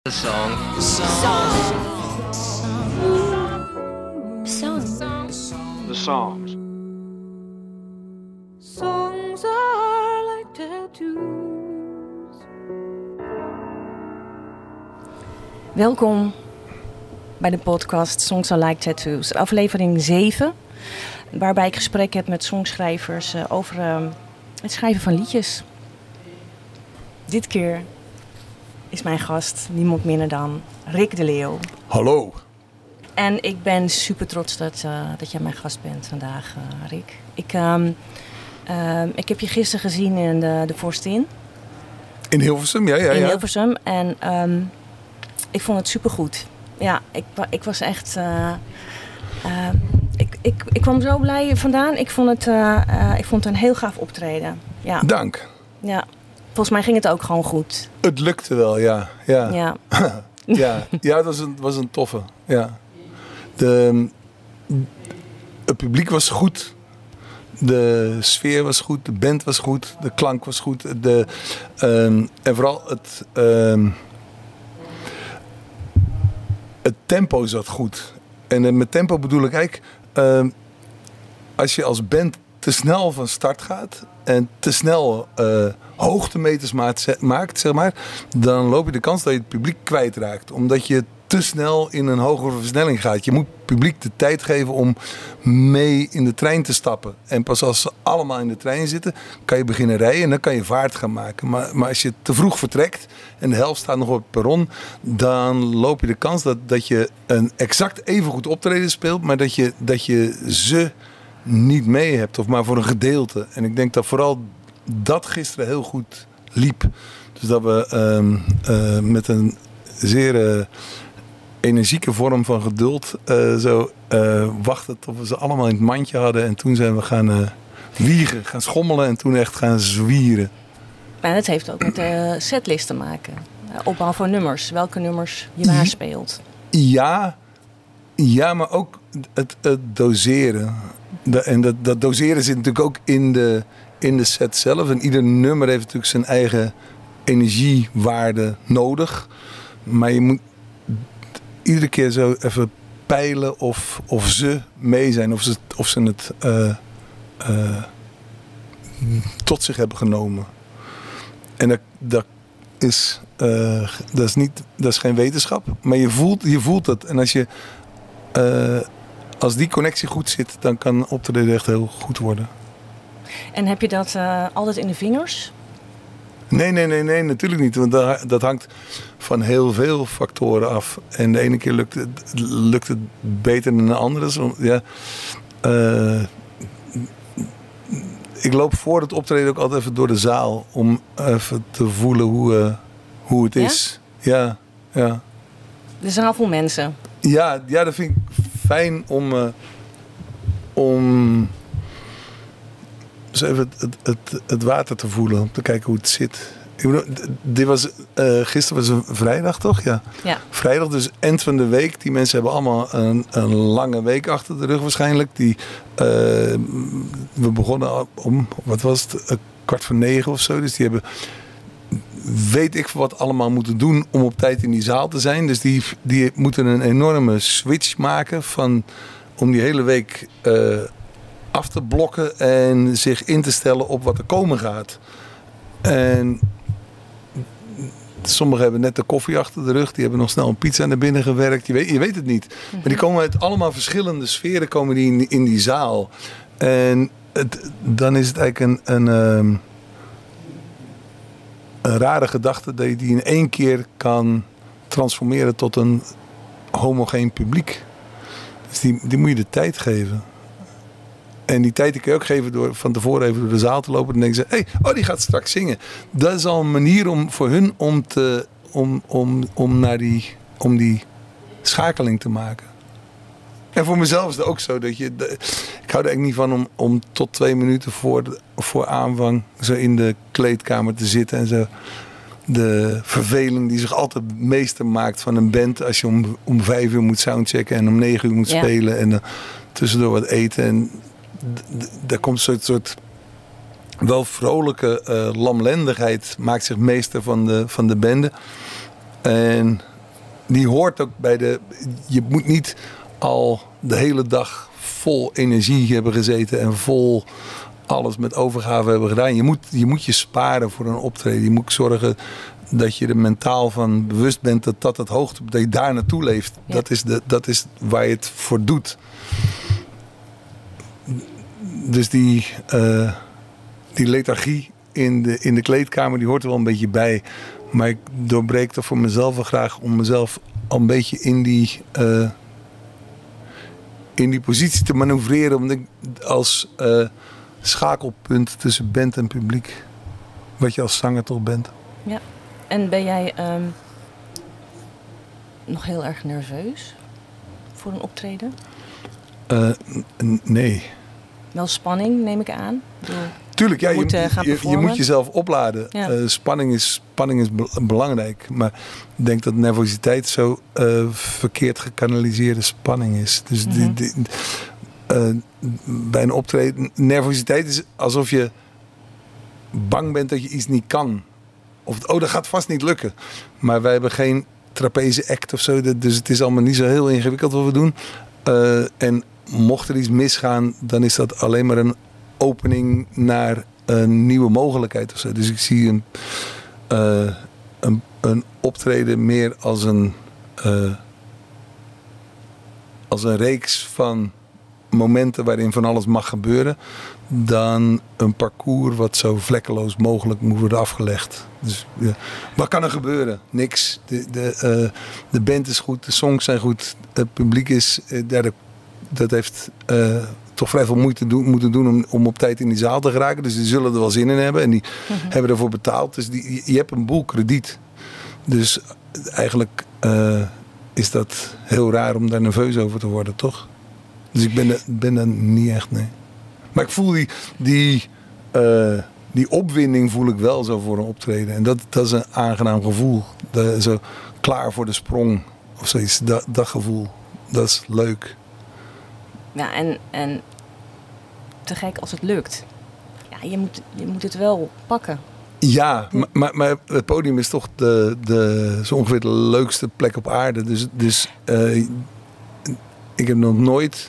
The song. The songs. Songs are like tattoos. Welkom bij de podcast Songs Are Like Tattoos, aflevering 7. Waarbij ik gesprek heb met songschrijvers over het schrijven van liedjes. Dit keer is mijn gast niemand minder dan Rick de Leeuw. Hallo. En ik ben super trots dat jij mijn gast bent vandaag, Rick. Ik heb je gisteren gezien in de Vorstin. In Hilversum, ja. In Hilversum. En ik vond het supergoed. Ja, ik was echt... Ik kwam zo blij vandaan. Ik vond het een heel gaaf optreden. Ja. Dank. Ja. Volgens mij ging het ook gewoon goed. Het lukte wel, ja. Ja. Ja, het was een toffe. Ja. Het publiek was goed. De sfeer was goed. De band was goed. De klank was goed. En vooral het tempo zat goed. En met tempo bedoel ik eigenlijk... als je als band te snel van start gaat... en te snel hoogtemeters maakt, zeg maar... dan loop je de kans dat je het publiek kwijtraakt. Omdat je te snel in een hogere versnelling gaat. Je moet het publiek de tijd geven om mee in de trein te stappen. En pas als ze allemaal in de trein zitten... kan je beginnen rijden en dan kan je vaart gaan maken. Maar als je te vroeg vertrekt... en de helft staat nog op het perron... dan loop je de kans dat je een exact even goed optreden speelt... maar dat je ze niet mee hebt. Of maar voor een gedeelte. En ik denk dat vooral dat gisteren heel goed liep. Dus dat we met een zeer... energieke vorm van geduld wachten tot we ze allemaal in het mandje hadden. En toen zijn we gaan wiegen, gaan schommelen en toen echt gaan zwieren. En het heeft ook met de setlist te maken. Opbouw voor nummers. Welke nummers je waar speelt. Ja, maar ook het doseren. En dat doseren zit natuurlijk ook in de set zelf. En ieder nummer heeft natuurlijk zijn eigen energiewaarde nodig. Maar je moet iedere keer zo even peilen of ze mee zijn. Of ze het tot zich hebben genomen. En dat is geen wetenschap. Maar je voelt het. En als die connectie goed zit, dan kan optreden echt heel goed worden. En heb je dat altijd in de vingers? Nee, natuurlijk niet. Want dat hangt van heel veel factoren af. En de ene keer lukt het beter dan de andere. Ja, ik loop voor het optreden ook altijd even door de zaal. Om even te voelen hoe het is. Ja. De zaal vol mensen. Ja, dat vind ik fijn om dus even het water te voelen, om te kijken hoe het zit. Ik bedoel, gisteren was een vrijdag, toch? Ja. Vrijdag, dus eind van de week. Die mensen hebben allemaal een lange week achter de rug waarschijnlijk. We begonnen om, wat was het, 8:45 of zo. Dus die hebben, weet ik wat allemaal moeten doen om op tijd in die zaal te zijn. Dus die moeten een enorme switch maken om die hele week... af te blokken en zich in te stellen op wat er komen gaat. En sommigen hebben net de koffie achter de rug. Die hebben nog snel een pizza naar binnen gewerkt. Je weet het niet. Maar die komen uit allemaal verschillende sferen komen die in die zaal. En dan is het eigenlijk een rare gedachte dat je die in één keer kan transformeren tot een homogeen publiek. Dus die moet je de tijd geven. En die tijd kun je ook geven door van tevoren even door de zaal te lopen. En dan denken ze, die gaat straks zingen. Dat is al een manier voor hun om die schakeling te maken. En voor mezelf is het ook zo. Ik hou er eigenlijk niet van om tot 2 minuten voor aanvang zo in de kleedkamer te zitten. En zo de verveling die zich altijd meester maakt van een band. Als je om 5 uur moet soundchecken en om 9 uur moet spelen. En tussendoor wat eten. En daar komt een soort wel vrolijke lamlendigheid maakt zich meester van de bende. En die hoort ook bij de... Je moet niet al de hele dag vol energie hebben gezeten en vol alles met overgave hebben gedaan. Je moet je sparen voor een optreden. Je moet zorgen dat je er mentaal van bewust bent dat het hoogte, dat je daar naartoe leeft. Ja. Dat is waar je het voor doet. Dus die lethargie in de kleedkamer, die hoort er wel een beetje bij. Maar ik doorbreek er voor mezelf wel graag om mezelf al een beetje in die positie te manoeuvreren. Omdat ik als schakelpunt tussen band en publiek, wat je als zanger toch bent. Ja. En ben jij nog heel erg nerveus voor een optreden? Nee. Wel spanning, neem ik aan. Tuurlijk, ja, je moet jezelf opladen. Ja. Spanning is belangrijk. Maar ik denk dat nervositeit zo verkeerd gekanaliseerde spanning is. Dus bij een optreden... Nervositeit is alsof je bang bent dat je iets niet kan. Of dat gaat vast niet lukken. Maar wij hebben geen trapeze act of zo. Dus het is allemaal niet zo heel ingewikkeld wat we doen. En mocht er iets misgaan, dan is dat alleen maar een opening naar een nieuwe mogelijkheid of zo. Dus ik zie een optreden meer als een reeks van momenten waarin van alles mag gebeuren, dan een parcours wat zo vlekkeloos mogelijk moet worden afgelegd. Dus ja. Wat kan er gebeuren? Niks. De band is goed, de songs zijn goed, het publiek is dat heeft toch vrij veel moeite moeten doen om op tijd in die zaal te geraken. Dus die zullen er wel zin in hebben. En die hebben ervoor betaald. Dus je hebt een boel krediet. Dus eigenlijk is dat heel raar om daar nerveus over te worden, toch? Dus ik ben daar niet echt, nee. Maar ik voel die opwinding voel ik wel zo voor een optreden. En dat is een aangenaam gevoel. Zo klaar voor de sprong of zoiets. Dat gevoel. Dat is leuk. Ja, en te gek als het lukt. Ja, je moet het wel pakken. Ja, maar het podium is toch zo ongeveer de leukste plek op aarde. Dus ik heb nog nooit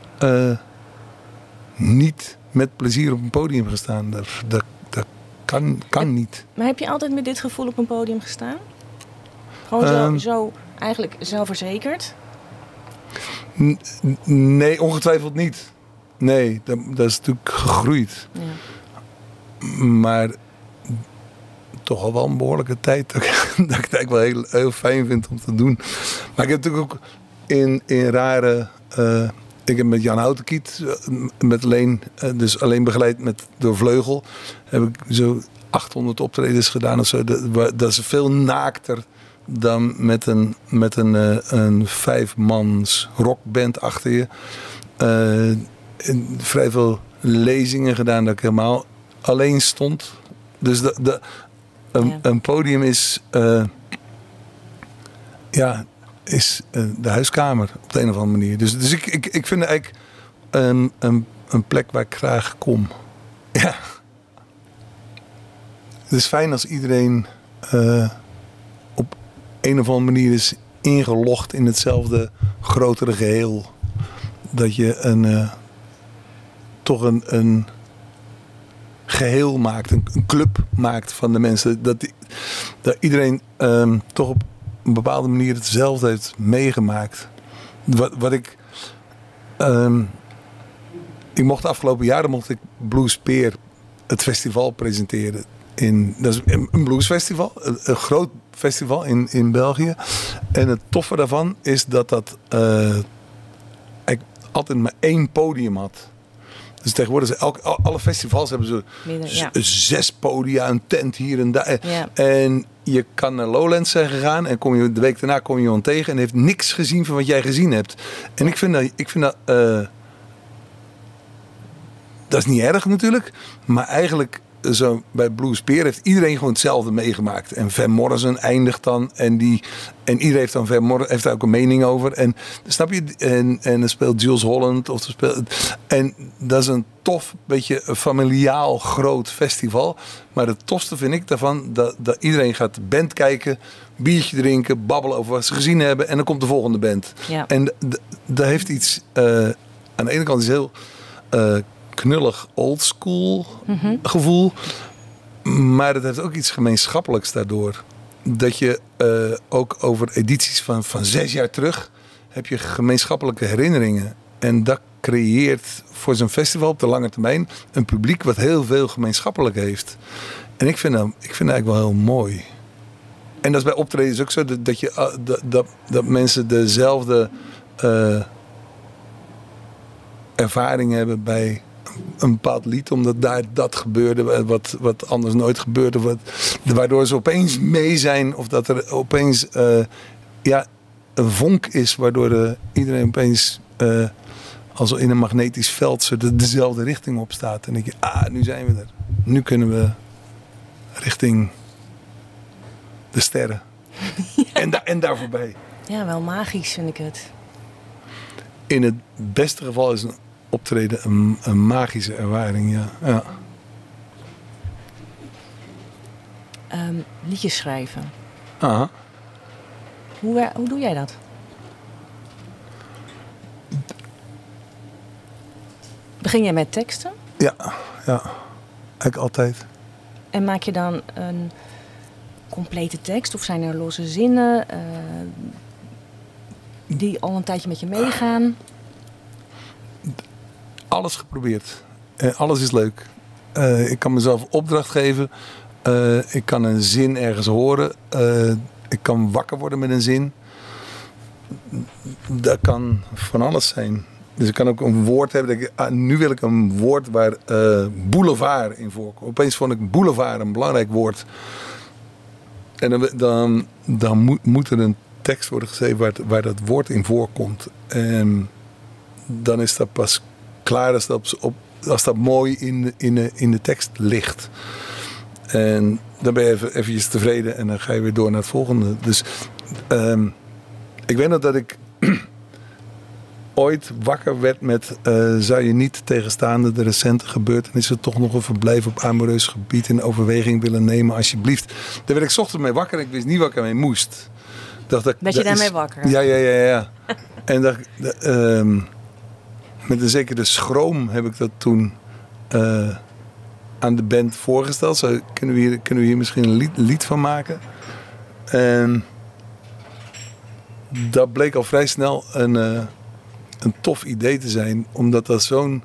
niet met plezier op een podium gestaan. Dat kan niet. Maar heb je altijd met dit gevoel op een podium gestaan? Gewoon zo eigenlijk zelfverzekerd? Nee, ongetwijfeld niet. Nee, dat is natuurlijk gegroeid. Ja. Maar toch al wel een behoorlijke tijd dat ik het eigenlijk wel heel fijn vind om te doen. Maar ik heb natuurlijk ook in rare... ik heb met Jan Houtenkiet, met dus alleen begeleid door Vleugel, heb ik zo 800 optredens gedaan of zo. Dat is veel naakter dan met een 5-mans rockband achter je. Vrij veel lezingen gedaan dat ik helemaal alleen stond. Dus een podium is de huiskamer op de een of andere manier. Dus ik vind het eigenlijk een plek waar ik graag kom. Ja. Het is fijn als iedereen op een of andere manier is ingelogd in hetzelfde grotere geheel. Dat je toch een geheel maakt, een club maakt van de mensen. Dat iedereen toch op een bepaalde manier hetzelfde heeft meegemaakt. Wat ik mocht de afgelopen jaren Blues Peer het festival presenteren. Dat is een bluesfestival, een groot festival in België. En het toffe daarvan is dat ik altijd maar 1 podium had. Dus tegenwoordig alle festivals hebben zo 6 podia, een tent hier en daar. Ja. En je kan naar Lowlands zijn gegaan en de week daarna kom je iemand tegen en heeft niks gezien van wat jij gezien hebt. En ik vind dat is niet erg natuurlijk, maar eigenlijk zo bij Blues Peer heeft iedereen gewoon hetzelfde meegemaakt. En Van Morrison eindigt dan. En iedereen heeft dan heeft daar ook een mening over. En snap je? En dan speelt Jules Holland. En dat is een tof, beetje familiaal groot festival. Maar het tofste vind ik daarvan dat iedereen gaat de band kijken, biertje drinken, babbelen over wat ze gezien hebben. En dan komt de volgende band. Ja. En dat heeft iets. Aan de ene kant is heel knullig oldschool gevoel. Maar het heeft ook iets gemeenschappelijks daardoor. Dat je ook over edities van 6 jaar terug heb je gemeenschappelijke herinneringen. En dat creëert voor zo'n festival op de lange termijn een publiek wat heel veel gemeenschappelijk heeft. En ik vind dat eigenlijk wel heel mooi. En dat is bij optredens ook zo dat mensen dezelfde ervaring hebben bij een bepaald lied, omdat daar dat gebeurde wat anders nooit gebeurde, waardoor ze opeens mee zijn, of dat er opeens een vonk is, waardoor iedereen opeens als in een magnetisch veld zo dezelfde richting op staat. En dan denk je, nu zijn we er. Nu kunnen we richting de sterren. Ja. En daar voorbij. Ja, wel magisch vind ik het. In het beste geval is een optreden een magische ervaring, ja. Liedjes schrijven. Aha. Hoe doe jij dat? Begin jij met teksten? Ja. Eigenlijk altijd. En maak je dan een complete tekst? Of zijn er losse zinnen die al een tijdje met je meegaan? Alles geprobeerd. Alles is leuk. Ik kan mezelf opdracht geven. Ik kan een zin ergens horen. Ik kan wakker worden met een zin. Dat kan van alles zijn. Dus ik kan ook een woord hebben. Nu wil ik een woord waar boulevard in voorkomt. Opeens vond ik boulevard een belangrijk woord. En dan moet er een tekst worden geschreven waar dat woord in voorkomt. En dan is dat pas klaar als dat mooi in de tekst ligt. En dan ben je eventjes tevreden en dan ga je weer door naar het volgende. Dus ik weet nog dat ik ooit wakker werd met zou je niet tegenstaande de recente gebeurtenissen toch nog een verblijf op amoureus gebied in overweging willen nemen alsjeblieft. Daar werd ik 's ochtends mee wakker en ik wist niet wat ik ermee moest. Dat je daarmee wakker? Ja. En met een zekere schroom heb ik dat toen aan de band voorgesteld. Zo, kunnen we hier misschien een lied van maken? En dat bleek al vrij snel een tof idee te zijn. Omdat dat zo'n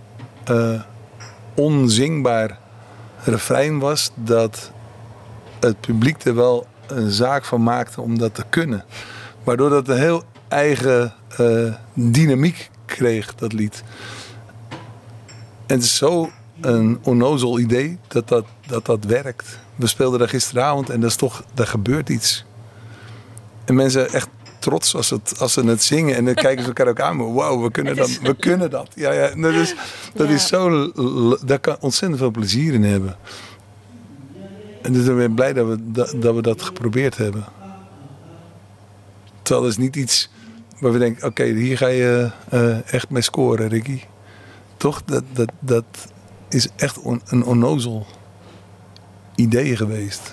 onzingbaar refrein was. Dat het publiek er wel een zaak van maakte om dat te kunnen. Waardoor dat een heel eigen dynamiek kreeg, dat lied. En het is zo een onnozel idee dat werkt. We speelden daar gisteravond en daar gebeurt iets. En mensen zijn echt trots als ze het zingen. En dan kijken ze elkaar ook aan. Wow, we kunnen dat. Ja, dat is zo. Daar kan ontzettend veel plezier in hebben. En dus ik ben blij dat we dat geprobeerd hebben. Terwijl dat is niet iets waar we denken, oké, hier ga je echt mee scoren, Ricky. Toch? Dat is echt een onnozel idee geweest.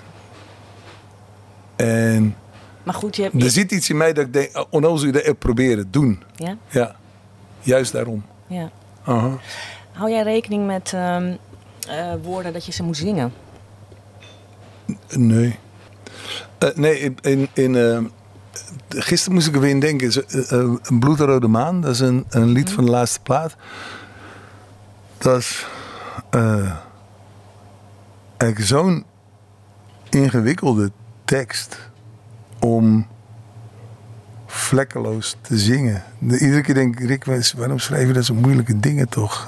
En maar goed, er zit iets in mij dat ik denk, onnozel idee, proberen, doen. Ja? Ja, juist daarom. Ja. Uh-huh. Hou jij rekening met woorden dat je ze moet zingen? Nee. Gisteren moest ik er weer in denken. Een bloedrode maan, dat is een lied van de laatste plaat. Dat is eigenlijk zo'n ingewikkelde tekst om vlekkeloos te zingen. Iedere keer denk ik, Rick, waarom schrijf je dat zo moeilijke dingen toch?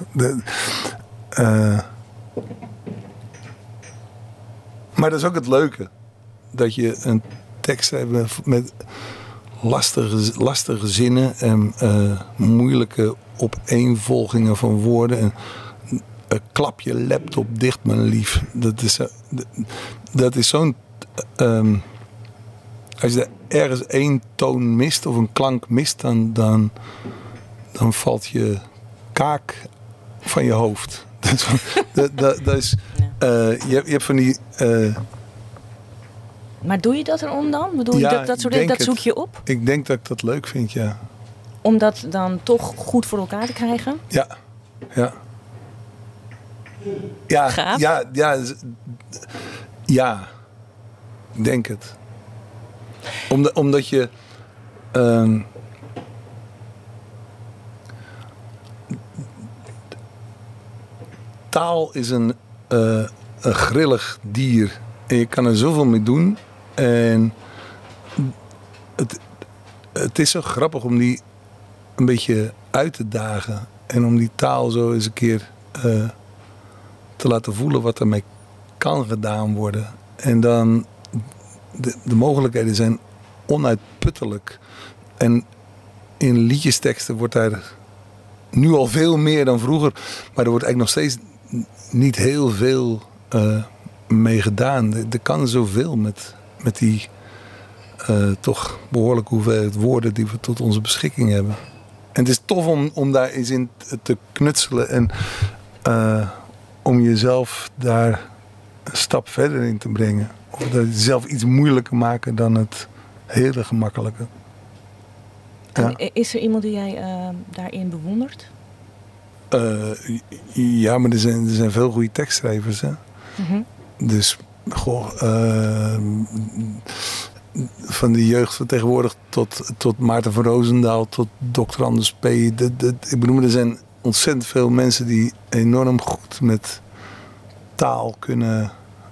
Maar dat is ook het leuke. Dat je een tekst hebt met lastige zinnen en moeilijke opeenvolgingen van woorden. En klap je laptop dicht, mijn lief. Dat is zo'n... als je ergens één toon mist of een klank mist, dan valt je kaak van je hoofd. Dat is... je hebt van die... Maar doe je dat erom dan? Bedoel je dat zoek je op? Ik denk dat ik dat leuk vind, ja. Om dat dan toch goed voor elkaar te krijgen? Ja. Ja, Gaaf? ja. Ik denk het. Omdat je... taal is een grillig dier. En je kan er zoveel mee doen. En het is zo grappig om die een beetje uit te dagen. En om die taal zo eens een keer te laten voelen wat ermee kan gedaan worden. En dan, de mogelijkheden zijn onuitputtelijk. En in liedjesteksten wordt daar nu al veel meer dan vroeger. Maar er wordt eigenlijk nog steeds niet heel veel mee gedaan. Er kan zoveel met die toch behoorlijke hoeveelheid woorden die we tot onze beschikking hebben. En het is tof om daar eens in te knutselen en om jezelf daar een stap verder in te brengen. Of dat zelf iets moeilijker maken dan het hele gemakkelijke. Ja. En is er iemand die jij daarin bewondert? Ja, maar er zijn veel goede tekstschrijvers. Hè? Mm-hmm. Dus van de jeugd van tegenwoordig tot Maarten van Roosendaal, tot Dr. Anders P. Ik bedoel, er zijn ontzettend veel mensen die enorm goed met taal kunnen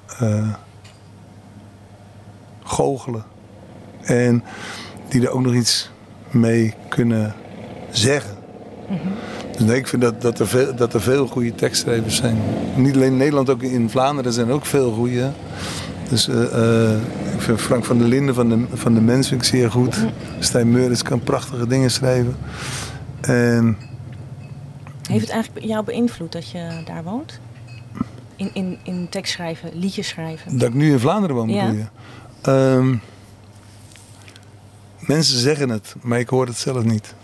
goochelen. En die er ook nog iets mee kunnen zeggen. Mm-hmm. Dus nee, ik vind dat er veel goede tekstschrijvers zijn. Niet alleen in Nederland, ook in Vlaanderen zijn er ook veel goede. Dus ik vind Frank van der Linden van de Mens vind ik zeer goed. Stijn Meurits kan prachtige dingen schrijven. En heeft het eigenlijk jou beïnvloed dat je daar woont? In tekst schrijven, liedjes schrijven? Dat ik nu in Vlaanderen woon, bedoel je? Mensen zeggen het, maar ik hoor het zelf niet.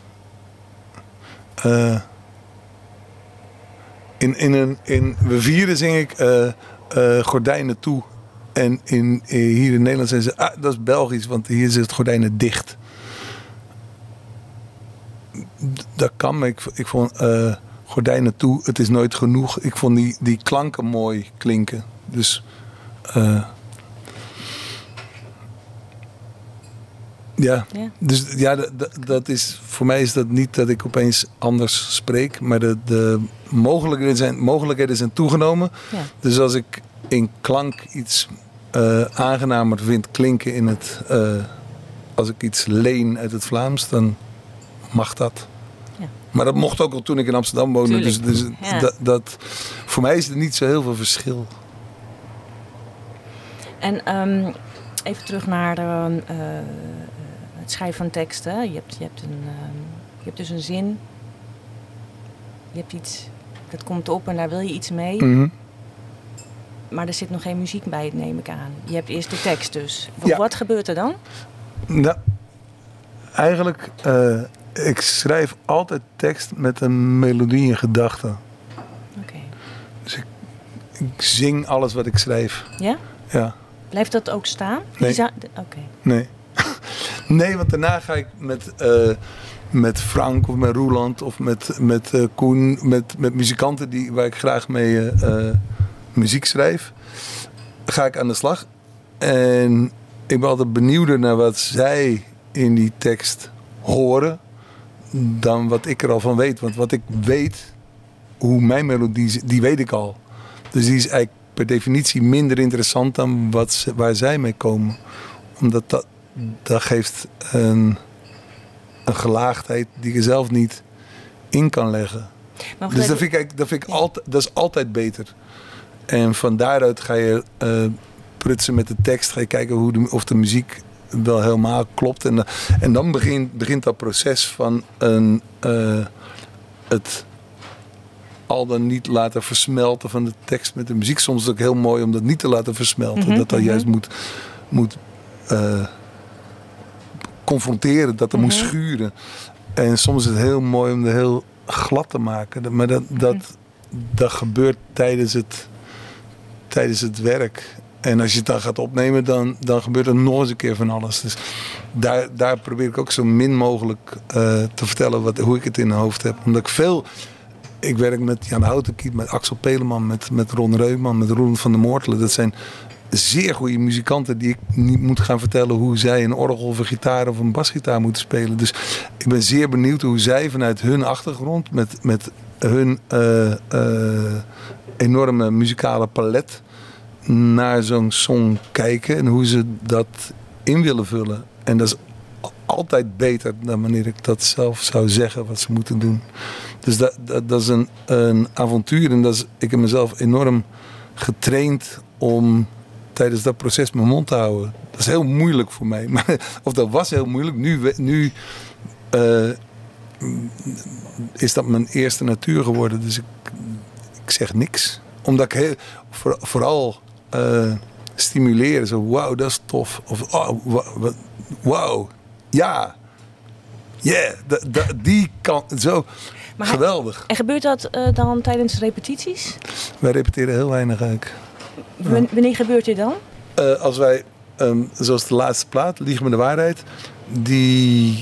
We vieren zing ik gordijnen toe. En hier in Nederland zeggen ze, dat is Belgisch, want hier zit het gordijnen dicht. Dat kan, maar ik vond gordijnen toe, het is nooit genoeg. Ik vond die klanken mooi klinken. Dus dus ja, dat is, voor mij is dat niet dat ik opeens anders spreek, maar de mogelijkheden zijn toegenomen. Ja. Dus als ik in klank iets aangenamer vind klinken in het, als ik iets leen uit het Vlaams, dan mag dat. Ja. Maar dat mocht ook al toen ik in Amsterdam woonde. Dus dat, voor mij is er niet zo heel veel verschil. En even terug naar het schrijven van teksten. Je hebt dus een zin. Je hebt iets, dat komt op en daar wil je iets mee. Mm-hmm. Maar er zit nog geen muziek bij, neem ik aan. Je hebt eerst de tekst dus. Wat gebeurt er dan? Nou, eigenlijk, ik schrijf altijd tekst met een melodie in gedachten. Okay. Dus ik zing alles wat ik schrijf. Ja? Ja. Blijft dat ook staan? Nee. Okay. Nee. Nee, want daarna ga ik met Frank of met Roeland of met Koen, met muzikanten waar ik graag mee muziek schrijf, ga ik aan de slag. En ik ben altijd benieuwder naar wat zij in die tekst horen dan wat ik er al van weet. Want wat ik weet, hoe mijn melodie, die weet ik al. Dus die is eigenlijk per definitie minder interessant dan waar zij mee komen. Omdat dat geeft een gelaagdheid die je zelf niet in kan leggen. Dus dat is altijd beter. En van daaruit ga je prutsen met de tekst. Ga je kijken of de muziek wel helemaal klopt. En dan begint dat proces van het al dan niet laten versmelten van de tekst met de muziek. Soms is het ook heel mooi om dat niet te laten versmelten. Dat juist moet confronteren, dat er moet schuren. En soms is het heel mooi om het heel glad te maken. Maar dat gebeurt tijdens het werk. En als je het dan gaat opnemen, dan gebeurt er nog eens een keer van alles. Dus daar probeer ik ook zo min mogelijk te vertellen hoe ik het in mijn hoofd heb. Omdat ik werk met Jan Houtenkiet, met Axel Peleman, met Ron Reumann, met Roel van der Moortelen. Dat zijn zeer goede muzikanten die ik niet moet gaan vertellen hoe zij een orgel of een gitaar of een basgitaar moeten spelen. Dus ik ben zeer benieuwd hoe zij vanuit hun achtergrond, met hun enorme muzikale palet, naar zo'n song kijken en hoe ze dat in willen vullen. En dat is altijd beter dan wanneer ik dat zelf zou zeggen wat ze moeten doen. Dus dat is een avontuur en ik heb mezelf enorm getraind om tijdens dat proces mijn mond te houden. Dat is heel moeilijk voor mij. Of dat was heel moeilijk. Nu is dat mijn eerste natuur geworden. Dus ik zeg niks. Omdat ik vooral stimuleren. Zo, wauw, dat is tof. Of, wauw, ja. Yeah, die kan zo maar geweldig. En gebeurt dat dan tijdens repetities? Wij repeteren heel weinig eigenlijk. Wanneer gebeurt dit dan? Als wij, zoals de laatste plaat, Lieg me de waarheid, die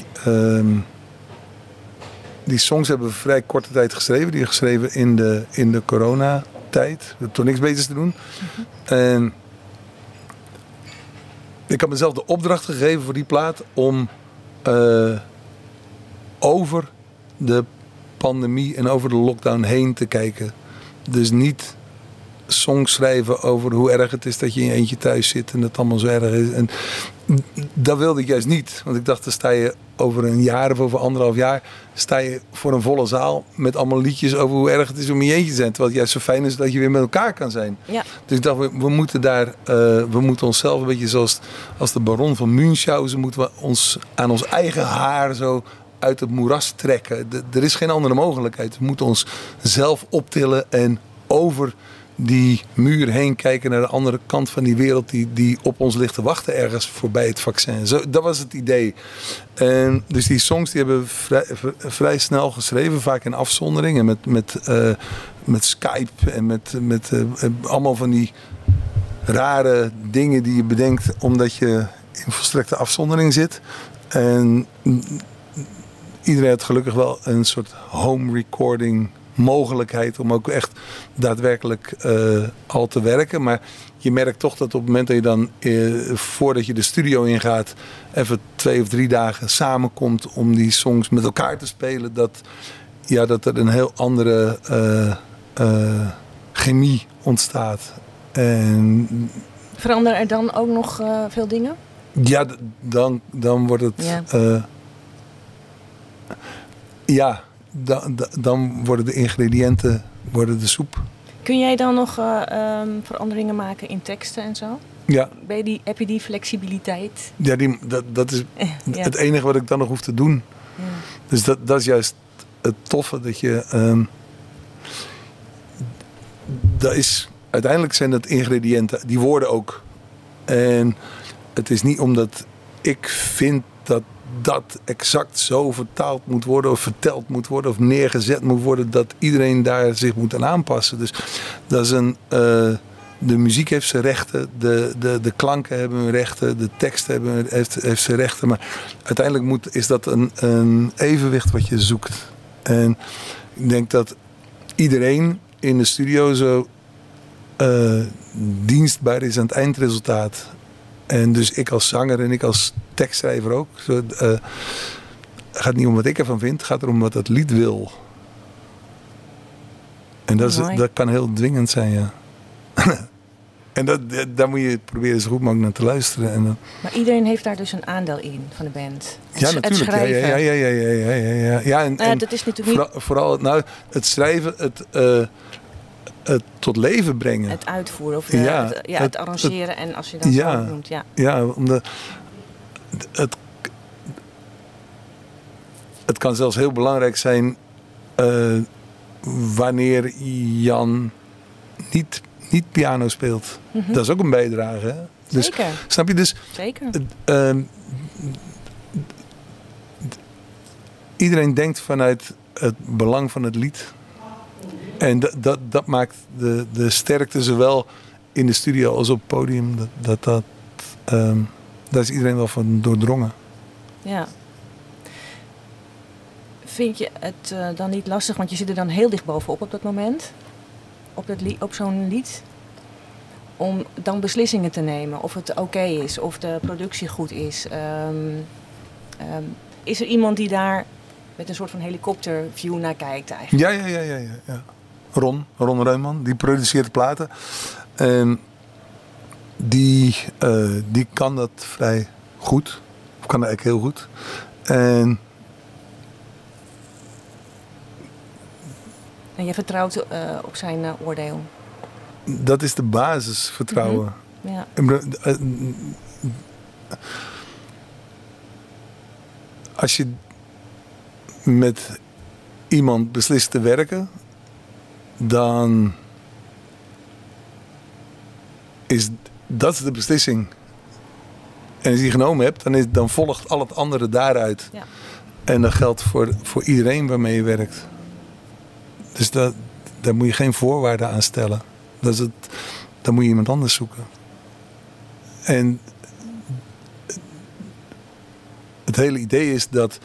songs hebben we vrij korte tijd geschreven. Die hebben geschreven in de coronatijd. We hebben toch niks beters te doen. En ik had mezelf de opdracht gegeven voor die plaat om over de pandemie en over de lockdown heen te kijken. Dus niet songs schrijven over hoe erg het is dat je in je eentje thuis zit en dat het allemaal zo erg is. En dat wilde ik juist niet. Want ik dacht, dan sta je over een jaar of over 1,5 jaar sta je voor een volle zaal met allemaal liedjes over hoe erg het is om in je eentje te zijn. Terwijl het juist zo fijn is dat je weer met elkaar kan zijn. Ja. Dus ik dacht, we moeten onszelf een beetje zoals als de baron van Münchhausen, moeten we ons aan ons eigen haar zo uit het moeras trekken. Er is geen andere mogelijkheid. We moeten ons zelf optillen en over die muur heen kijken naar de andere kant van die wereld die op ons ligt te wachten ergens voorbij het vaccin. Dat was het idee. En dus die songs die hebben we vrij snel geschreven, vaak in afzondering en met Skype en met allemaal van die rare dingen die je bedenkt omdat je in volstrekte afzondering zit. En iedereen had gelukkig wel een soort home recording mogelijkheid om ook echt daadwerkelijk al te werken. Maar je merkt toch dat op het moment dat je dan voordat je de studio ingaat even 2 of 3 dagen samenkomt om die songs met elkaar te spelen, dat er een heel andere chemie ontstaat. En veranderen er dan ook nog veel dingen? Ja, dan wordt het dan worden de ingrediënten de soep. Kun jij dan nog veranderingen maken in teksten en zo? Ja. Heb je die flexibiliteit? Ja, dat is het enige wat ik dan nog hoef te doen. Ja. Dus dat is juist het toffe. Dat je uiteindelijk zijn dat ingrediënten, die worden ook. En het is niet omdat ik vind dat exact zo vertaald moet worden of verteld moet worden of neergezet moet worden dat iedereen daar zich moet aan aanpassen. Dus dat is de muziek heeft zijn rechten, de klanken hebben hun rechten, de tekst heeft zijn rechten, maar uiteindelijk is dat een evenwicht wat je zoekt. En ik denk dat iedereen in de studio zo dienstbaar is aan het eindresultaat. En dus ik als zanger en ik als tekstschrijver ook. Het gaat niet om wat ik ervan vind. Het gaat erom wat het lied wil. En dat kan heel dwingend zijn, ja. En daar moet je proberen zo goed mogelijk naar te luisteren. En maar iedereen heeft daar dus een aandeel in van de band. Ja, natuurlijk. Het schrijven. Ja, en dat is natuurlijk vooral het schrijven, het tot leven brengen. Het uitvoeren of het arrangeren en als je dat zo noemt. Ja, omdat het kan zelfs heel belangrijk zijn wanneer Jan niet piano speelt. Dat is ook een bijdrage. Hè? Dus, Zeker. snap je? Dus Zeker. Iedereen denkt vanuit het belang van het lied. En dat maakt de sterkte zowel in de studio als op het podium. Daar is iedereen wel van doordrongen. Ja. Vind je het dan niet lastig, want je zit er dan heel dicht bovenop op dat moment, op zo'n lied, om dan beslissingen te nemen of het oké is, of de productie goed is. Is er iemand die daar met een soort van helikopterview naar kijkt eigenlijk? Ja. Ron Reumann, die produceert platen. En die kan dat vrij goed. Of kan dat eigenlijk heel goed. En je vertrouwt op zijn oordeel? Dat is de basis, vertrouwen. Ja. Als je met iemand beslist te werken, dan is dat de beslissing. En als je die genomen hebt, dan volgt al het andere daaruit. Ja. En dat geldt voor iedereen waarmee je werkt. Dus daar moet je geen voorwaarden aan stellen. Dan moet je iemand anders zoeken. En het hele idee is dat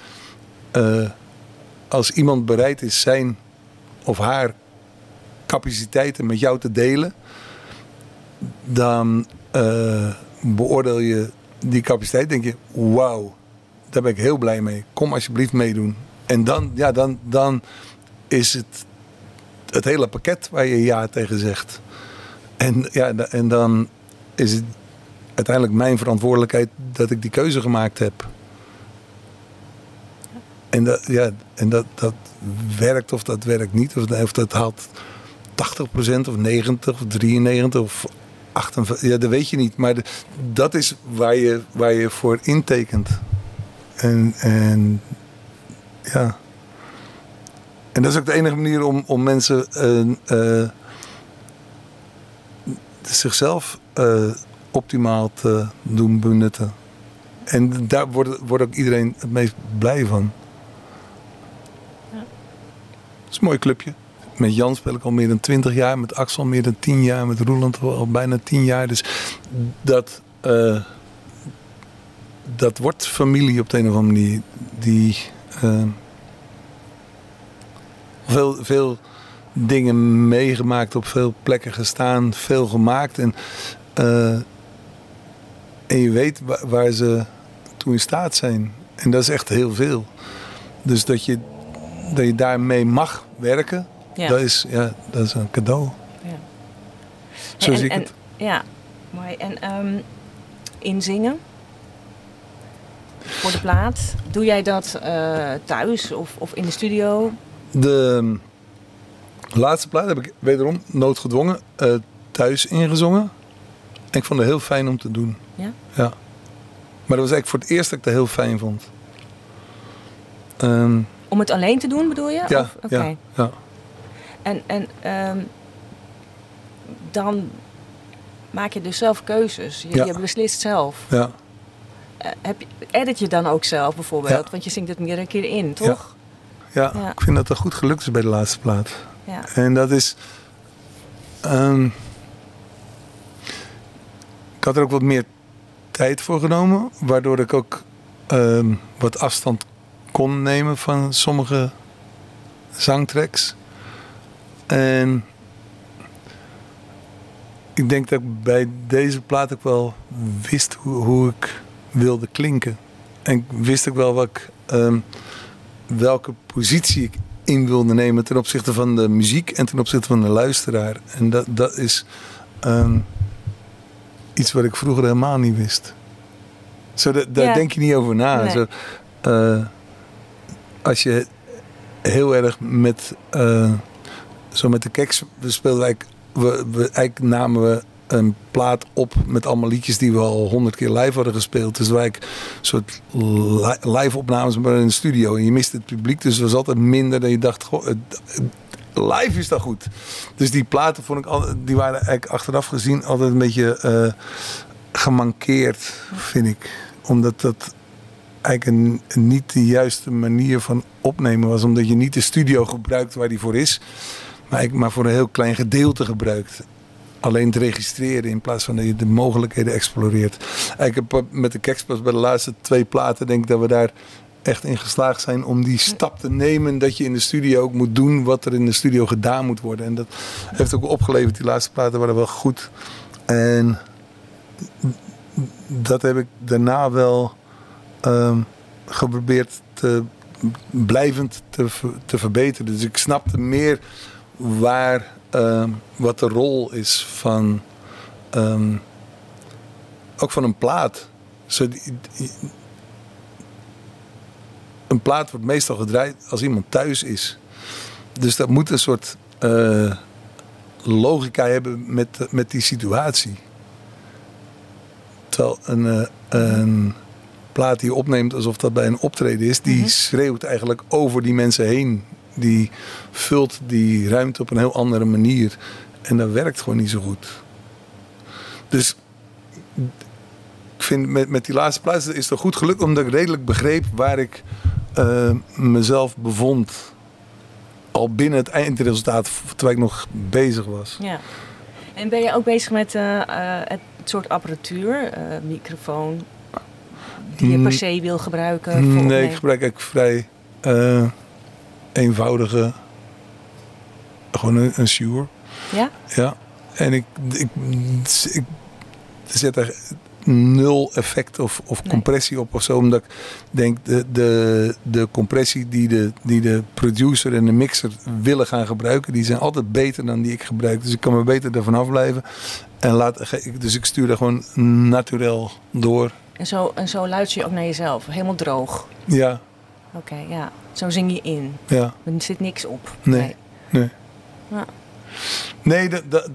als iemand bereid is zijn of haar capaciteiten met jou te delen, dan beoordeel je die capaciteit. Denk je, wauw, daar ben ik heel blij mee. Kom alsjeblieft meedoen. En dan is het hele pakket waar je ja tegen zegt. En dan is het uiteindelijk mijn verantwoordelijkheid dat ik die keuze gemaakt heb. En dat werkt of dat werkt niet. Of dat haalt 80% of 90% of 93% of 58%. Ja, dat weet je niet. Maar dat is waar je voor intekent. En ja. En dat is ook de enige manier om mensen zichzelf optimaal te doen benutten. En daar wordt ook iedereen het meest blij van. Ja. Het is een mooi clubje. Met Jan speel ik al meer dan 20 jaar. Met Axel meer dan 10 jaar. Met Roeland al bijna 10 jaar. Dus dat wordt familie op de een of andere manier. Die veel dingen meegemaakt, op veel plekken gestaan, veel gemaakt. En je weet waar ze toe in staat zijn. En dat is echt heel veel. Dus dat je daarmee mag werken, Ja. dat is een cadeau. Ja. Zo zie ik het. Ja, mooi. En inzingen? Voor de plaat. Doe jij dat thuis of in de studio? De laatste plaat heb ik wederom noodgedwongen thuis ingezongen. En ik vond het heel fijn om te doen. Ja? Ja. Maar dat was eigenlijk voor het eerst dat ik dat heel fijn vond. Om het alleen te doen, bedoel je? Ja, Of? Oké. ja. En dan maak je dus zelf keuzes. Je beslist zelf. Ja. Edit je dan ook zelf bijvoorbeeld? Ja. Want je zingt het meerdere keer in, toch? Ja, Ja. ik vind dat het goed gelukt is bij de laatste plaat. Ja. En dat is... ik had er ook wat meer tijd voor genomen. Waardoor ik ook wat afstand kon nemen van sommige zangtracks. En ik denk dat ik bij deze plaat ook wel wist hoe ik wilde klinken. En ik wist ook wel welke positie ik in wilde nemen ten opzichte van de muziek en ten opzichte van de luisteraar. En dat is iets wat ik vroeger helemaal niet wist. Daar denk je niet over na. Nee. Als je heel erg met de Keks, we speelden eigenlijk namen we een plaat op met allemaal liedjes die we al 100 keer live hadden gespeeld. Dus wij een soort live opnames maar in de studio. En je mist het publiek, dus het was altijd minder dan je dacht. Goh, live is dat goed. Dus die platen vond ik die waren eigenlijk achteraf gezien altijd een beetje gemankeerd, vind ik. Omdat dat eigenlijk niet de juiste manier van opnemen was. Omdat je niet de studio gebruikt waar die voor is. Maar voor een heel klein gedeelte gebruikt. Alleen het registreren in plaats van dat je de mogelijkheden exploreert. Ik heb met de Kexpas bij de laatste 2 platen denk ik dat we daar echt in geslaagd zijn om die stap te nemen dat je in de studio ook moet doen wat er in de studio gedaan moet worden. En dat heeft ook opgeleverd. Die laatste platen waren wel goed. En dat heb ik daarna wel geprobeerd blijvend te verbeteren. Dus ik snapte meer wat de rol is van ook van een plaat. Een plaat wordt meestal gedraaid als iemand thuis is. Dus dat moet een soort logica hebben met die situatie. Terwijl een plaat die je opneemt alsof dat bij een optreden is, die schreeuwt eigenlijk over die mensen heen. Die vult die ruimte op een heel andere manier. En dat werkt gewoon niet zo goed. Dus ik vind met die laatste plaats is het goed gelukt omdat ik redelijk begreep waar ik mezelf bevond. Al binnen het eindresultaat, terwijl ik nog bezig was. Ja. En ben je ook bezig met het soort apparatuur, microfoon, die je per se wil gebruiken? Nee, ik gebruik eigenlijk vrij eenvoudige, gewoon een Shure. Ja? Ja. En ik zet er 0 effect of compressie op of zo. Omdat ik denk de compressie die de producer en de mixer willen gaan gebruiken, die zijn altijd beter dan die ik gebruik. Dus ik kan me beter ervan afblijven. Dus ik stuur daar gewoon naturel door. En zo luister je ook naar jezelf. Helemaal droog. Ja. Oké, ja. Zo zing je in. Ja. Er zit niks op. Nee. Ja. Nee,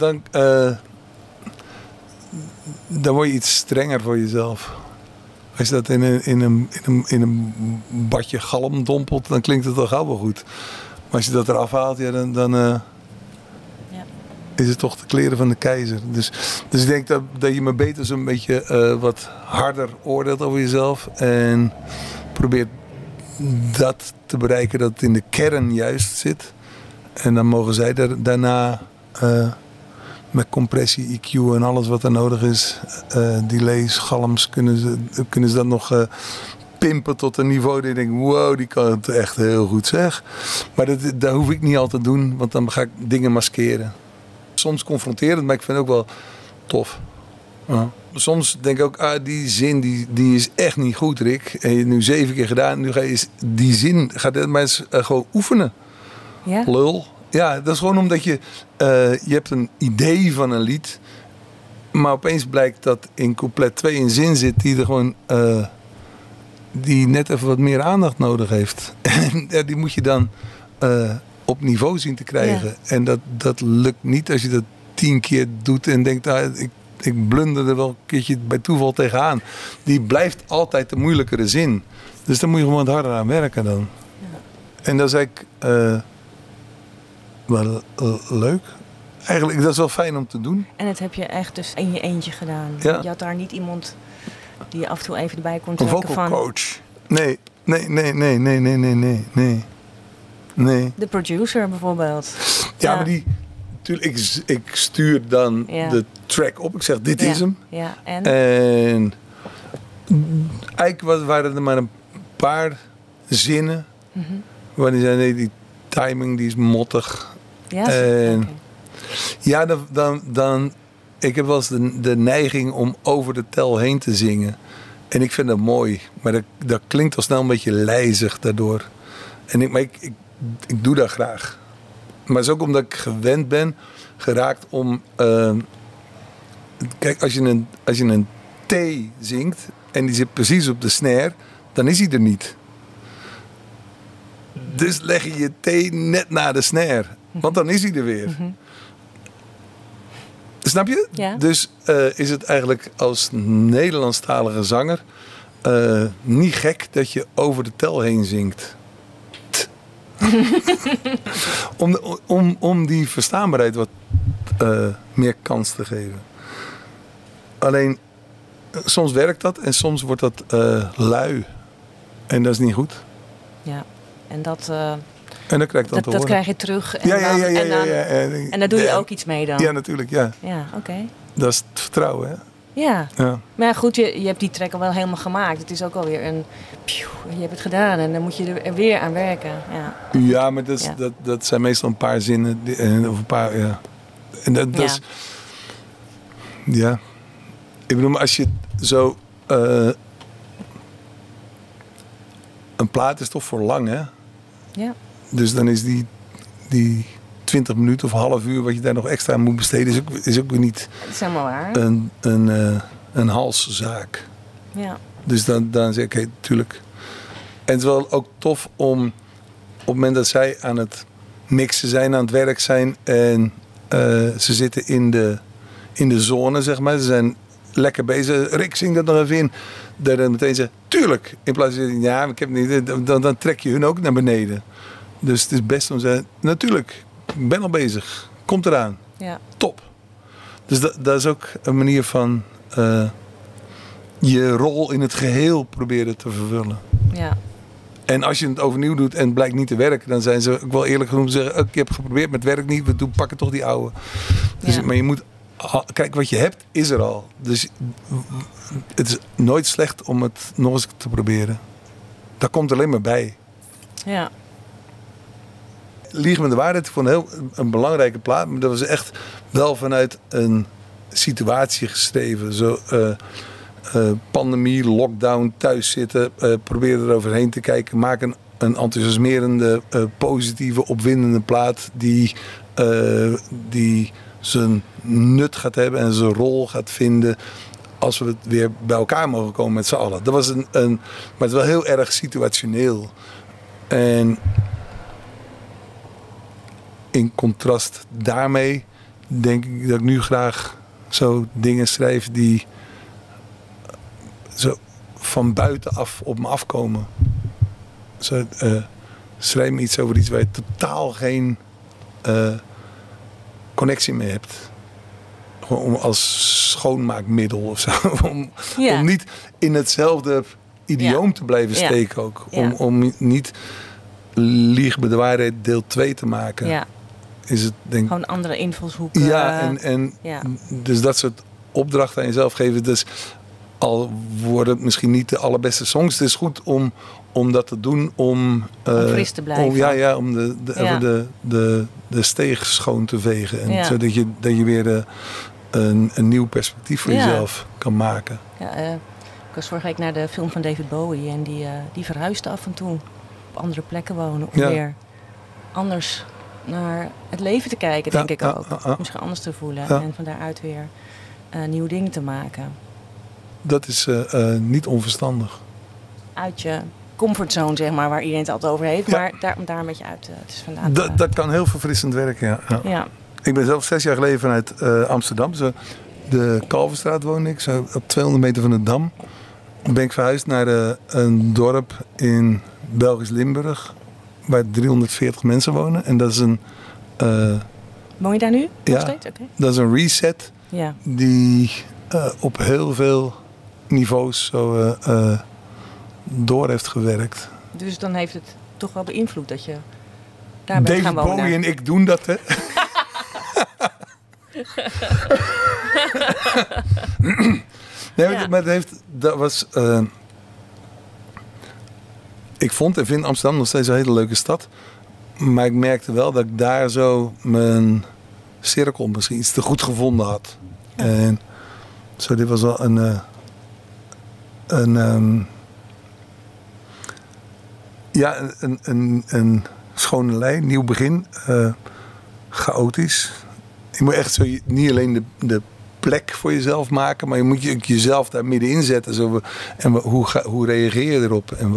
dan word je iets strenger voor jezelf. Als je dat in een badje galm dompelt, dan klinkt het al gauw wel goed. Maar als je dat eraf haalt, ja, dan is het toch de kleren van de keizer. Dus ik denk dat je maar beter zo'n beetje wat harder oordeelt over jezelf. En probeert dat te bereiken dat het in de kern juist zit. En dan mogen zij daarna met compressie, EQ en alles wat er nodig is, delays, galms, kunnen ze dat nog pimpen tot een niveau dat je denkt, wow, die kan het echt heel goed zeg. Maar dat hoef ik niet altijd te doen, want dan ga ik dingen maskeren. Soms confronterend, maar ik vind het ook wel tof. Ja. Soms denk ik ook, die zin die is echt niet goed, Rick. En je hebt nu 7 keer gedaan, nu ga je die zin maar eens gewoon oefenen. Ja? Lul. Ja, dat is gewoon omdat je hebt een idee van een lied, maar opeens blijkt dat in couplet 2 een zin zit die er gewoon die net even wat meer aandacht nodig heeft. En die moet je dan op niveau zien te krijgen. Ja. En dat lukt niet als je dat 10 keer doet en denkt, ik blunder er wel een keertje bij toeval tegenaan. Die blijft altijd de moeilijkere zin. Dus daar moet je gewoon wat harder aan werken dan. Ja. En dat is eigenlijk wel leuk. Eigenlijk, dat is wel fijn om te doen. En dat heb je echt dus in je eentje gedaan. Ja. Je had daar niet iemand die je af en toe even erbij kon trekken van... Een vocal coach. Nee. De producer bijvoorbeeld. Ja, maar ik stuur dan de track op. Ik zeg, dit is hem. Ja, en eigenlijk waren er maar een paar zinnen. Waar die zei, nee, die timing die is mottig. Ja, en ja, dan ik heb wel eens de neiging om over de tel heen te zingen. En ik vind dat mooi. Maar dat klinkt al snel een beetje lijzig daardoor. Maar ik doe dat graag. Maar het is ook omdat ik gewend ben geraakt om... kijk, als je een T zingt en die zit precies op de snare, dan is hij er niet. Dus leg je je T net na de snare. Want dan is hij er weer. Snap je? Ja. Dus is het eigenlijk als Nederlandstalige zanger niet gek dat je over de tel heen zingt. om die verstaanbaarheid wat meer kans te geven. Alleen, soms werkt dat en soms wordt dat lui. En dat is niet goed. Ja, en dat... En dan krijg je dat krijg je terug. En en daar doe je ook iets mee dan. Ja, natuurlijk, ja. Ja, oké. Dat is het vertrouwen, hè? Ja. Ja. Maar ja, goed, je hebt die track al wel helemaal gemaakt. Het is ook alweer een... je hebt het gedaan en dan moet je er weer aan werken. Ja, maar dat zijn meestal een paar zinnen. Of een paar, ja. En dat is... Ja. Ik bedoel, als je zo... een plaat is toch voor lang, hè? Ja. Dus dan is die 20 minuten of een half uur wat je daar nog extra aan moet besteden, is ook weer niet Dat is helemaal waar. een halszaak. Ja. Dus dan zeg ik, tuurlijk. En het is wel ook tof om op het moment dat zij aan het mixen zijn, aan het werk zijn en ze zitten in de zone, zeg maar. Ze zijn lekker bezig. Rick, zing dat nog even in. Dat dan meteen zeggen, tuurlijk. In plaats van, ja, ik heb niet. Dan trek je hun ook naar beneden. Dus het is best om te zeggen, natuurlijk, ik ben al bezig. Komt eraan. Ja. Top. Dus dat is ook een manier van je rol in het geheel proberen te vervullen. Ja. En als je het overnieuw doet en het blijkt niet te werken, dan zijn ze ook wel eerlijk genoeg te zeggen, ik heb geprobeerd, maar het werkt niet, we pakken toch die oude. Dus, Ja. Maar je moet, kijk, wat je hebt is er al. Dus het is nooit slecht om het nog eens te proberen. Dat komt alleen maar bij. Ja. Liegen met de waarheid, ik vond een belangrijke plaat, maar dat was echt wel vanuit een situatie geschreven. Zo pandemie, lockdown, thuis zitten, probeer er overheen te kijken, maak een enthousiasmerende, positieve, opwindende plaat die zijn nut gaat hebben en zijn rol gaat vinden als we weer bij elkaar mogen komen met z'n allen. Dat was maar het is wel heel erg situationeel. En in contrast daarmee denk ik dat ik nu graag zo dingen schrijf die zo van buitenaf op me afkomen. Zo, schrijf me iets over iets waar je totaal geen connectie mee hebt. Gewoon om als schoonmaakmiddel of zo. Om niet in hetzelfde idioom te blijven steken ook. Om niet Lieg bij de waarheid deel 2 te maken. Ja. Is het, denk Gewoon een andere invalshoek. Dus dat soort opdrachten aan jezelf geven. Dus al worden het misschien niet de allerbeste songs. Het is goed om dat te doen. Om fris te blijven. Om de steeg schoon te vegen. En zodat je weer een nieuw perspectief voor jezelf kan maken. Ja, ik was vorige week naar de film van David Bowie. En die verhuisde af en toe op andere plekken wonen. Om weer anders naar het leven te kijken, denk ik ook. Misschien anders te voelen. Ja. En van daaruit weer nieuwe dingen te maken. Dat is niet onverstandig. Uit je comfortzone, zeg maar, waar iedereen het altijd over heeft. Ja. Maar om daar een beetje uit te vandaan. Dat kan heel verfrissend werken, ja. Ik ben zelf 6 jaar geleden vanuit Amsterdam. De Kalverstraat woonde ik, zo op 200 meter van de Dam. Dan ben ik verhuisd naar een dorp in Belgisch Limburg. Waar 340 mensen wonen. En dat is een... Woon je daar nu? Nog steeds? Okay. Dat is een reset. Ja. Die op heel veel niveaus zo door heeft gewerkt. Dus dan heeft het toch wel beïnvloed dat je daar bent gaan wonen. David Bowie en ik doen dat, hè? Nee, maar dat was... ik vond en vind Amsterdam nog steeds een hele leuke stad. Maar ik merkte wel dat ik daar zo mijn cirkel misschien iets te goed gevonden had. Ja. En zo, dit was wel een schone lijn, nieuw begin. Chaotisch. Je moet echt zo niet alleen de plek voor jezelf maken, maar je moet jezelf daar middenin zetten. Zo, en hoe reageer je erop? En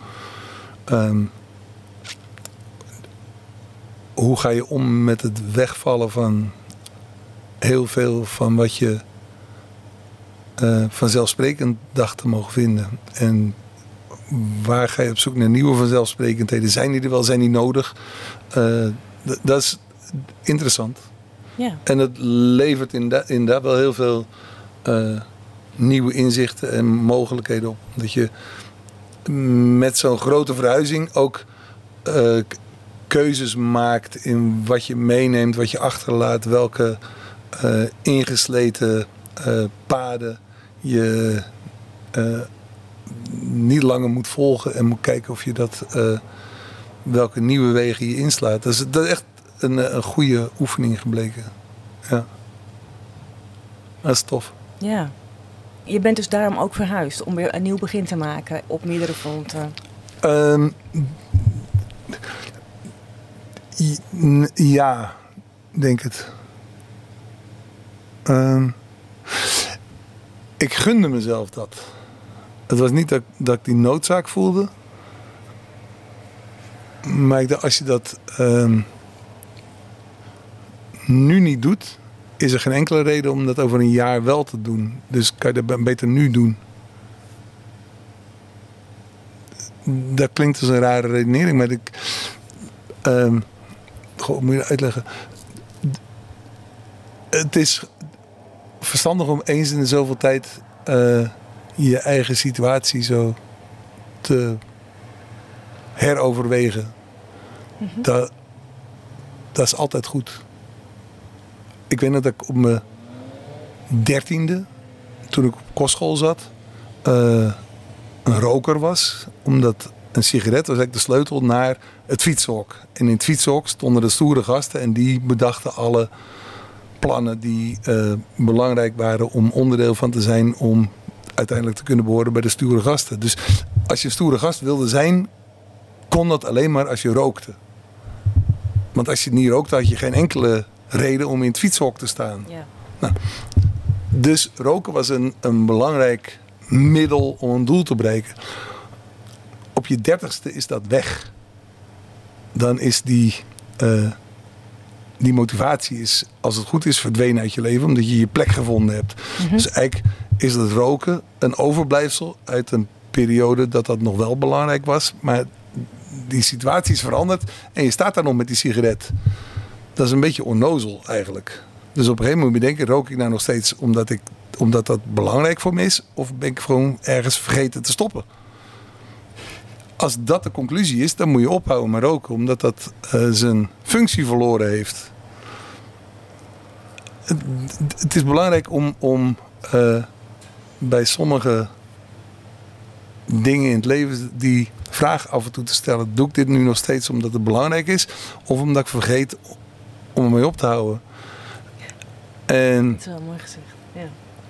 hoe ga je om met het wegvallen van heel veel van wat je vanzelfsprekend dacht te mogen vinden? En waar ga je op zoek naar nieuwe vanzelfsprekendheden? Zijn die er wel? Zijn die nodig? Dat is interessant. Ja. En het levert inderdaad wel heel veel nieuwe inzichten en mogelijkheden op. Dat je met zo'n grote verhuizing ook keuzes maakt in wat je meeneemt, wat je achterlaat, welke ingesleten paden je niet langer moet volgen en moet kijken of je welke nieuwe wegen je inslaat. Dat is echt een goede oefening gebleken. Ja. Dat is tof. Ja. Je bent dus daarom ook verhuisd om weer een nieuw begin te maken op meerdere fronten. Ja, denk het. Ik gunde mezelf dat. Het was niet dat ik die noodzaak voelde. Maar ik dacht, als je dat nu niet doet, is er geen enkele reden om dat over een jaar wel te doen. Dus kan je dat beter nu doen. Dat klinkt als een rare redenering, maar hoe moet je dat uitleggen? Het is verstandig om eens in de zoveel tijd je eigen situatie zo te heroverwegen. Mm-hmm. Dat is altijd goed. Ik weet nog dat ik op mijn 13e, toen ik op kostschool zat, een roker was. Omdat een sigaret was eigenlijk de sleutel naar het fietshok. En in het fietshok stonden de stoere gasten en die bedachten alle plannen die belangrijk waren om onderdeel van te zijn om uiteindelijk te kunnen behoren bij de stoere gasten. Dus als je een stoere gast wilde zijn, kon dat alleen maar als je rookte. Want als je niet rookte, had je geen enkele reden om in het fietshok te staan. Ja. Nou, dus roken was een belangrijk middel om een doel te bereiken. Op je 30ste is dat weg. Dan is die motivatie, als het goed is, verdwenen uit je leven. Omdat je je plek gevonden hebt. Mm-hmm. Dus eigenlijk is het roken een overblijfsel uit een periode dat nog wel belangrijk was. Maar die situatie is veranderd en je staat daar nog met die sigaret. Dat is een beetje onnozel eigenlijk. Dus op een gegeven moment moet je denken, rook ik nou nog steeds omdat dat belangrijk voor me is? Of ben ik gewoon ergens vergeten te stoppen? Als dat de conclusie is, dan moet je ophouden met roken. Omdat dat zijn functie verloren heeft. Het is belangrijk om bij sommige dingen in het leven die vraag af en toe te stellen. Doe ik dit nu nog steeds omdat het belangrijk is? Of omdat ik vergeet om ermee op te houden? En dat is wel mooi gezegd. Ja.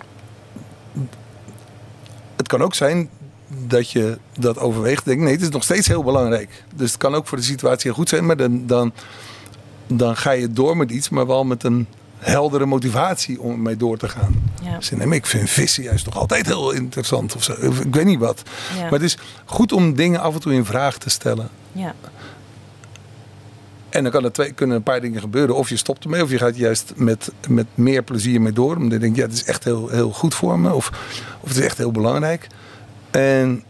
Het kan ook zijn dat je dat overweegt. Denk, nee, het is nog steeds heel belangrijk. Dus het kan ook voor de situatie heel goed zijn. Maar dan ga je door met iets, maar wel met een heldere motivatie om ermee door te gaan. Ja. Dus nee, maar ik vind vissen juist toch altijd heel interessant. Of zo. Ik weet niet wat. Ja. Maar het is goed om dingen af en toe in vraag te stellen. Ja. En dan kunnen een paar dingen gebeuren. Of je stopt ermee, of je gaat juist met meer plezier mee door. Omdat je denkt, ja, het is echt heel, heel goed voor me. Of het is echt heel belangrijk. En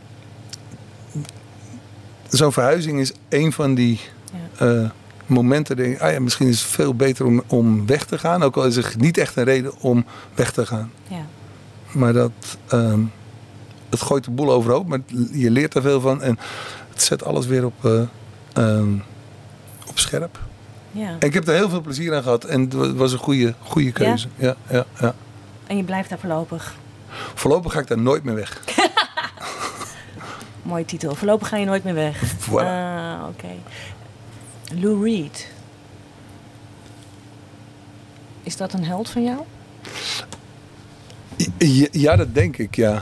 zo'n verhuizing is een van die momenten. Denk ik, ja, misschien is het veel beter om weg te gaan. Ook al is er niet echt een reden om weg te gaan. Ja. Maar het gooit de boel overhoop. Maar je leert er veel van. En het zet alles weer op scherp. Ja. En ik heb er heel veel plezier aan gehad. En het was een goede keuze. Ja? Ja. En je blijft daar voorlopig? Voorlopig ga ik daar nooit meer weg. Mooie titel. Voorlopig ga je nooit meer weg. Voilà. Oké. Lou Reed. Is dat een held van jou? Ja, dat denk ik. Ja.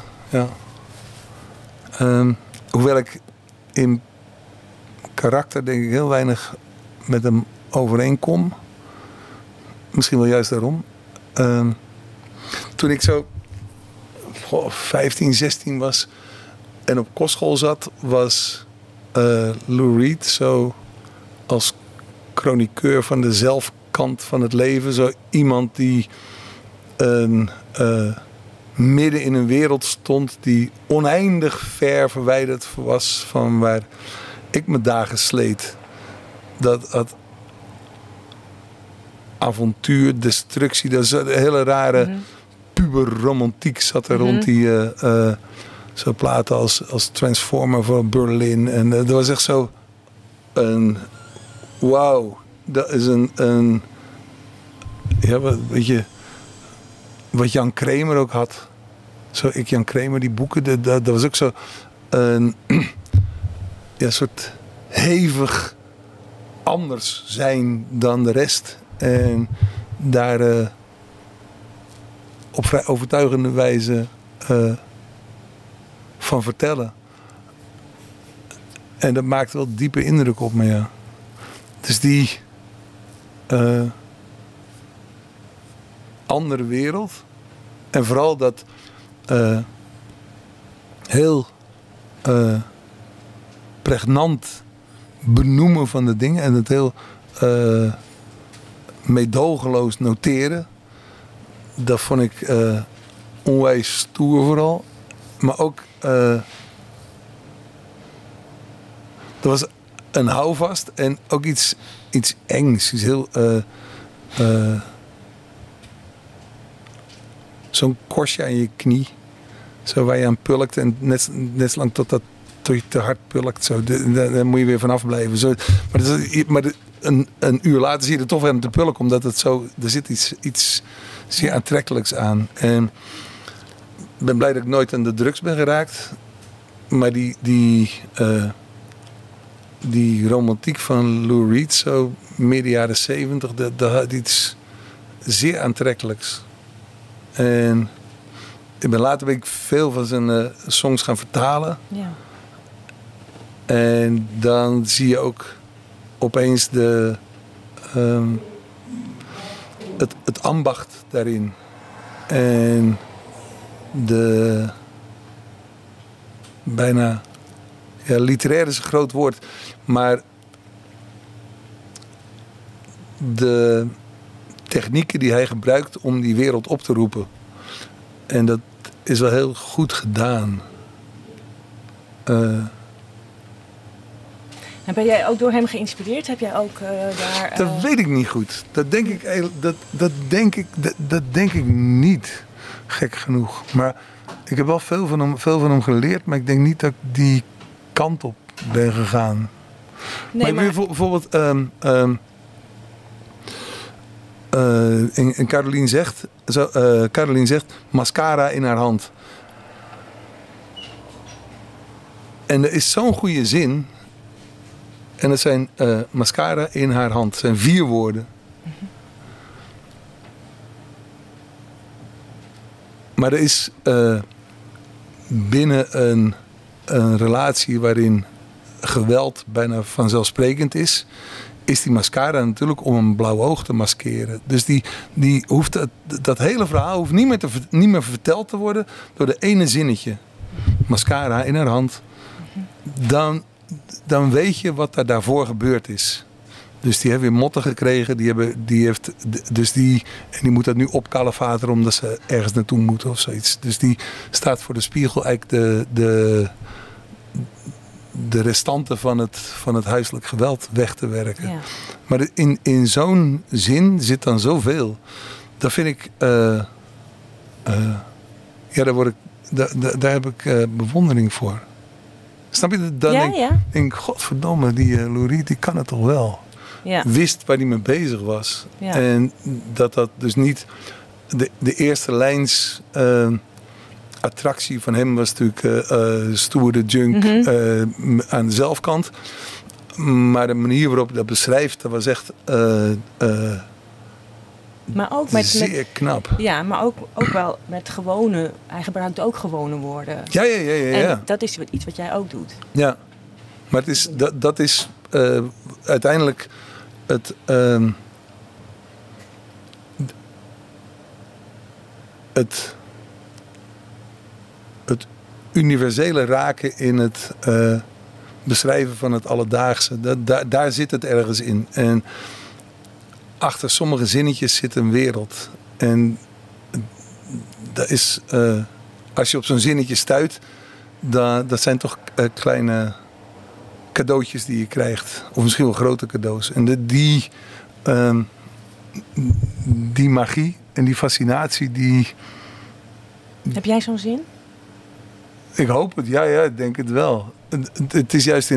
Hoewel ik in karakter denk ik heel weinig met hem overeenkom. Misschien wel juist daarom. Toen ik zo 15, 16 was en op kostschool zat, was Lou Reed zo als chroniqueur van de zelfkant van het leven. Zo iemand die een midden in een wereld stond die oneindig ver verwijderd was van waar ik mijn dagen sleet. Dat avontuur, destructie, dat is een hele rare puberromantiek zat er rond die zo platen als Transformer van Berlin. En dat was echt zo een wauw. Dat is een ja, weet je, wat Jan Kramer ook had. Zo, Jan Kramer, die boeken, dat was ook zo een ja, soort hevig anders zijn dan de rest. En daar op vrij overtuigende wijze van vertellen. En dat maakt wel diepe indruk op me, ja. Dus die andere wereld. En vooral dat heel pregnant benoemen van de dingen. En het heel meedogenloos noteren. Dat vond ik onwijs stoer vooral. Maar ook er was een houvast en ook iets engs. Iets heel zo'n korstje aan je knie. Zo waar je aan pulkt en net lang tot je te hard pulkt. Zo, daar moet je weer vanaf blijven. Zo, maar een uur later zie je er toch weer aan te pulken. Omdat het zo, er zit iets zeer aantrekkelijks aan. En ik ben blij dat ik nooit aan de drugs ben geraakt. Maar die romantiek van Lou Reed, zo midden jaren 70, dat had iets zeer aantrekkelijks. En later ben ik veel van zijn songs gaan vertalen. Ja. En dan zie je ook opeens het ambacht daarin. En de bijna, ja, literair is een groot woord, maar de technieken die hij gebruikt om die wereld op te roepen. En dat is wel heel goed gedaan. En ben jij ook door hem geïnspireerd? Heb jij ook daar... Dat weet ik niet goed. Dat denk ik niet. Gek genoeg. Maar ik heb wel veel van hem geleerd. Maar ik denk niet dat ik die kant op ben gegaan. Nee, maar bijvoorbeeld... en Caroline zegt mascara in haar hand. En er is zo'n goede zin. En dat zijn mascara in haar hand. Dat zijn 4 woorden. Mm-hmm. Maar er is binnen een relatie waarin geweld bijna vanzelfsprekend is die mascara natuurlijk om een blauw oog te maskeren. Dus die hoeft dat hele verhaal hoeft niet meer verteld te worden door de ene zinnetje. Mascara in haar hand. Dan weet je wat er daarvoor gebeurd is. Dus die hebben weer motten gekregen. Die moet dat nu opkalevateren omdat ze ergens naartoe moeten of zoiets. Dus die staat voor de spiegel eigenlijk de restanten van het huiselijk geweld weg te werken. Ja. Maar in zo'n zin zit dan zoveel. Dat vind ik... daar heb ik bewondering voor. Snap je dat? Dan denk ik, godverdomme, die Lou Reed, die kan het toch wel. Ja. Wist waar hij mee bezig was. Ja. En dat dus niet de eerste lijns attractie van hem was natuurlijk stoere junk aan de zelfkant. Maar de manier waarop hij dat beschrijft, dat was echt maar ook zeer knap. Ja, maar ook wel met gewone... Hij gebruikt ook gewone woorden. Ja. En dat is iets wat jij ook doet. Ja, maar dat is uiteindelijk het universele raken in het beschrijven van het alledaagse. Daar zit het ergens in. En achter sommige zinnetjes zit een wereld. En dat is, als je op zo'n zinnetje stuit, dat zijn toch kleine cadeautjes die je krijgt. Of misschien wel grote cadeaus. En die magie en die fascinatie, die... Heb jij zo'n zin? Ik hoop het, ja, ik denk het wel. Het is juist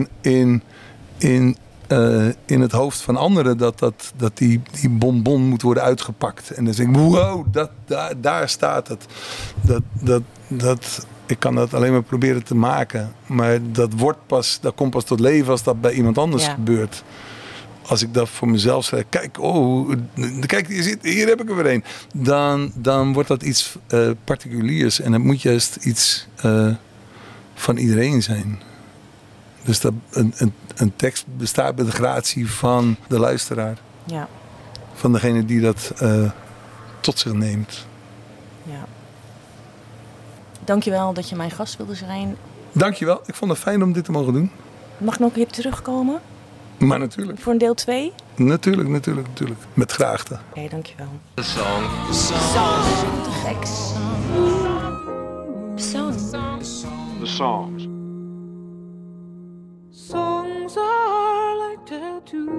in het hoofd van anderen dat die bonbon moet worden uitgepakt. En dan denk ik, wow, daar staat het. Ik kan dat alleen maar proberen te maken. Maar dat komt pas tot leven als dat bij iemand anders gebeurt. Als ik dat voor mezelf zeg, kijk, hier heb ik er weer een. Dan wordt dat iets particuliers. En het moet juist iets van iedereen zijn. Dus een tekst bestaat bij de gratie van de luisteraar. Ja. Van degene die dat tot zich neemt. Ja. Dankjewel dat je mijn gast wilde zijn. Dankjewel. Ik vond het fijn om dit te mogen doen. Mag ik nog een keer terugkomen? Maar natuurlijk. Voor een deel 2? Natuurlijk. Met graagte. Oké, dankjewel. The song. Te gek. The songs. Songs are like tattoos.